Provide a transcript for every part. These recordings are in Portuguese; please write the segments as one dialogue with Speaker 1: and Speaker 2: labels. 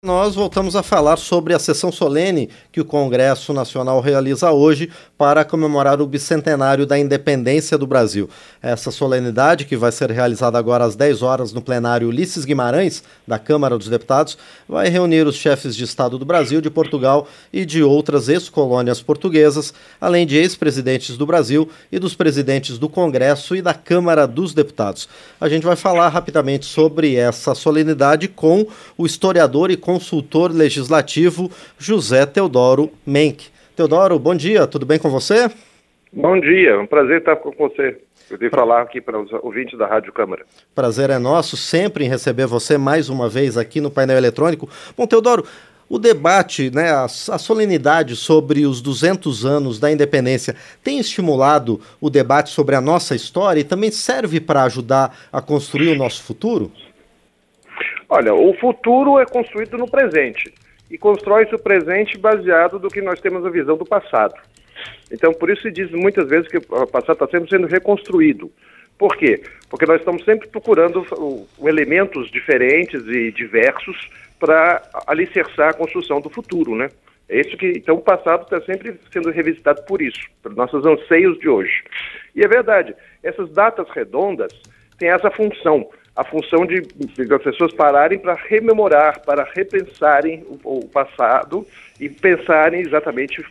Speaker 1: Nós voltamos a falar sobre a sessão solene que o Congresso Nacional realiza hoje para comemorar o bicentenário da independência do Brasil. Essa solenidade, que vai ser realizada agora às 10 horas no plenário Ulisses Guimarães, da Câmara dos Deputados, vai reunir os chefes de Estado do Brasil, de Portugal e de outras ex-colônias portuguesas, além de ex-presidentes do Brasil e dos presidentes do Congresso e da Câmara dos Deputados. A gente vai falar rapidamente sobre essa solenidade com o historiador e consultor legislativo José Teodoro Menck. Teodoro, bom dia, tudo bem com você?
Speaker 2: Bom dia, é um prazer estar com você. Eu devo falar aqui para os ouvintes da Rádio Câmara.
Speaker 1: Prazer é nosso, sempre em receber você mais uma vez aqui no painel eletrônico. Bom, Teodoro, o debate, a solenidade sobre os 200 anos da independência tem estimulado o debate sobre a nossa história e também serve para ajudar a construir o nosso futuro?
Speaker 2: Olha, o futuro é construído no presente e constrói-se o presente baseado do que nós temos a visão do passado. Então, por isso se diz muitas vezes que o passado está sempre sendo reconstruído. Por quê? Porque nós estamos sempre procurando elementos diferentes e diversos para alicerçar a construção do futuro, né? É isso que, então, o passado está sempre sendo revisitado por isso, por nossos anseios de hoje. E é verdade, essas datas redondas têm essa função, a função de as pessoas pararem para rememorar, para repensarem o passado e pensarem exatamente.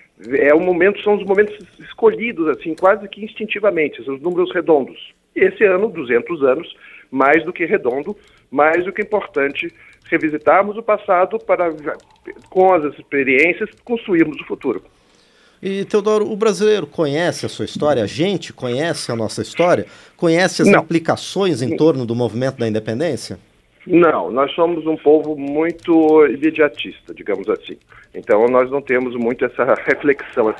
Speaker 2: São os momentos escolhidos, assim, quase que instintivamente, são os números redondos. E esse ano, 200 anos, mais do que redondo, mais do que importante, revisitarmos o passado para, com as experiências, construirmos o futuro.
Speaker 1: E, Teodoro, o brasileiro conhece a sua história? A gente conhece a nossa história? Conhece as implicações em torno do movimento da independência?
Speaker 2: Não, nós somos um povo muito imediatista, digamos assim. Então, nós não temos muito essa reflexão,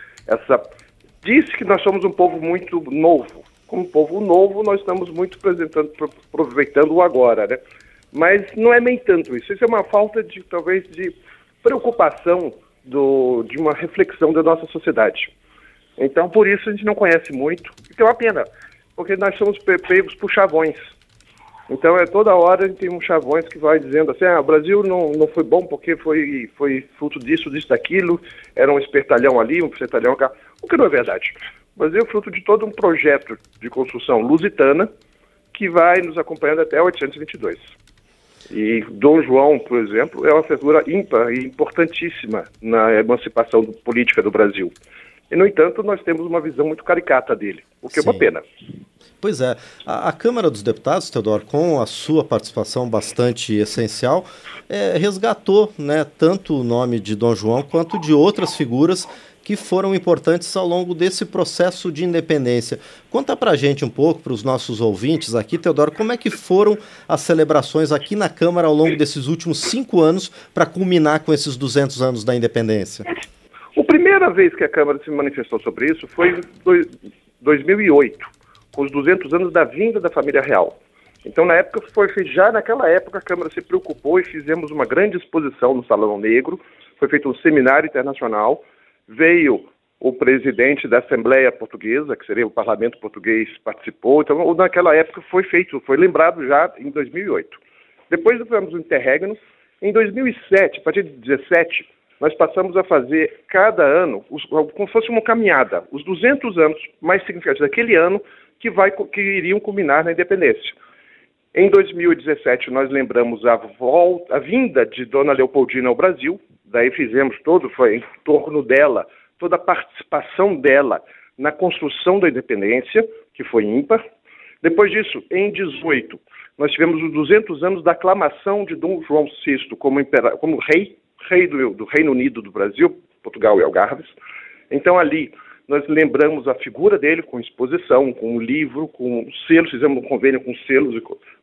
Speaker 2: Diz que nós somos um povo muito novo. Como povo novo, nós estamos muito aproveitando o agora, né? Mas não é nem tanto isso. Isso é uma falta talvez, de preocupação de uma reflexão da nossa sociedade. Então, por isso, a gente não conhece muito, e que é uma pena, porque nós somos pegos por chavões. Então, toda hora a gente tem uns chavões que vai dizendo assim, o Brasil não foi bom porque foi fruto disso, daquilo, era um espertalhão ali, um espertalhão cá, o que não é verdade. O Brasil é fruto de todo um projeto de construção lusitana que vai nos acompanhando até 822. E Dom João, por exemplo, é uma figura ímpar e importantíssima na emancipação política do Brasil. E, no entanto, nós temos uma visão muito caricata dele, o que é uma pena.
Speaker 1: Pois é. A Câmara dos Deputados, Teodoro, com a sua participação bastante essencial, resgatou, tanto o nome de Dom João quanto de outras figuras que foram importantes ao longo desse processo de independência. Conta pra gente um pouco, para os nossos ouvintes aqui, Teodoro, como é que foram as celebrações aqui na Câmara ao longo desses últimos 5 anos para culminar com esses 200 anos da independência?
Speaker 2: A primeira vez que a Câmara se manifestou sobre isso foi em 2008, com os 200 anos da vinda da família real. Então, já naquela época, a Câmara se preocupou e fizemos uma grande exposição no Salão Negro, foi feito um seminário internacional, veio o presidente da Assembleia Portuguesa, que seria o Parlamento Português, participou. Então, naquela época foi lembrado já em 2008. Depois tivemos o interregno. Em 2007, a partir de 2017, nós passamos a fazer cada ano, como se fosse uma caminhada, os 200 anos mais significativos daquele ano que iriam culminar na independência. Em 2017, nós lembramos a vinda de Dona Leopoldina ao Brasil, daí foi em torno dela, toda a participação dela na construção da independência, que foi ímpar. Depois disso, em 2018, nós tivemos os 200 anos da aclamação de Dom João VI como rei do Reino Unido do Brasil, Portugal e Algarves. Então, ali, nós lembramos a figura dele com exposição, com um livro, com selos, fizemos um convênio com selos,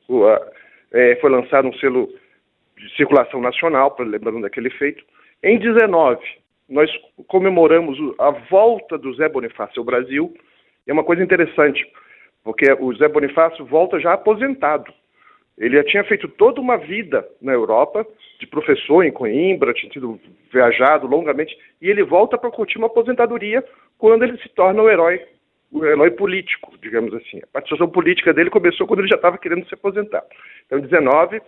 Speaker 2: foi lançado um selo de circulação nacional, lembrando daquele feito. Em 2019, nós comemoramos a volta do Zé Bonifácio ao Brasil. É uma coisa interessante, porque o Zé Bonifácio volta já aposentado. Ele já tinha feito toda uma vida na Europa, de professor em Coimbra, tinha viajado longamente, e ele volta para curtir uma aposentadoria quando ele se torna o herói político, digamos assim. A participação política dele começou quando ele já estava querendo se aposentar. Então, em 19,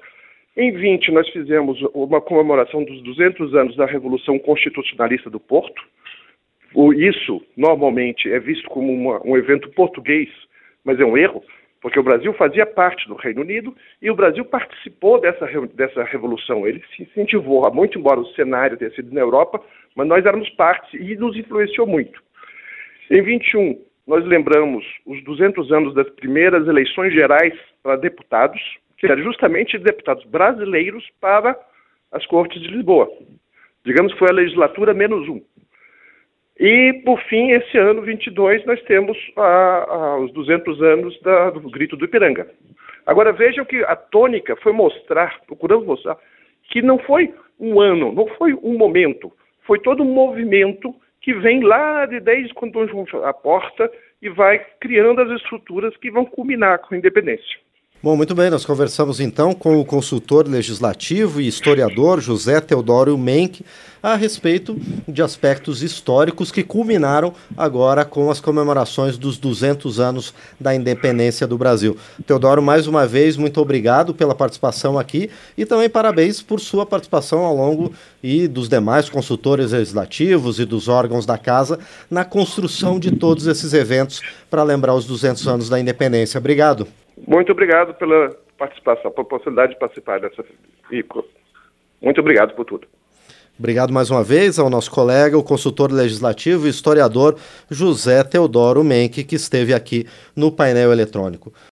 Speaker 2: Em 20, nós fizemos uma comemoração dos 200 anos da Revolução Constitucionalista do Porto. Isso, normalmente, é visto como um evento português, mas é um erro, porque o Brasil fazia parte do Reino Unido e o Brasil participou dessa revolução. Ele se incentivou, muito embora o cenário tenha sido na Europa, mas nós éramos parte e nos influenciou muito. Em 21, nós lembramos os 200 anos das primeiras eleições gerais para deputados, que eram justamente deputados brasileiros para as Cortes de Lisboa. Digamos que foi a legislatura -1. E, por fim, esse ano, 22, nós temos os 200 anos do Grito do Ipiranga. Agora, vejam que a tônica foi procuramos mostrar, que não foi um ano, não foi um momento, foi todo um movimento que vem lá desde quando Dom João a porta e vai criando as estruturas que vão culminar com a independência.
Speaker 1: Bom, muito bem, nós conversamos então com o consultor legislativo e historiador José Teodoro Menck a respeito de aspectos históricos que culminaram agora com as comemorações dos 200 anos da independência do Brasil. Teodoro, mais uma vez, muito obrigado pela participação aqui e também parabéns por sua participação ao longo e dos demais consultores legislativos e dos órgãos da Casa na construção de todos esses eventos para lembrar os 200 anos da independência. Obrigado.
Speaker 2: Muito obrigado pela participação, pela possibilidade de participar dessa. Muito obrigado por tudo.
Speaker 1: Obrigado mais uma vez ao nosso colega, o consultor legislativo e historiador José Teodoro Menck, que esteve aqui no painel eletrônico.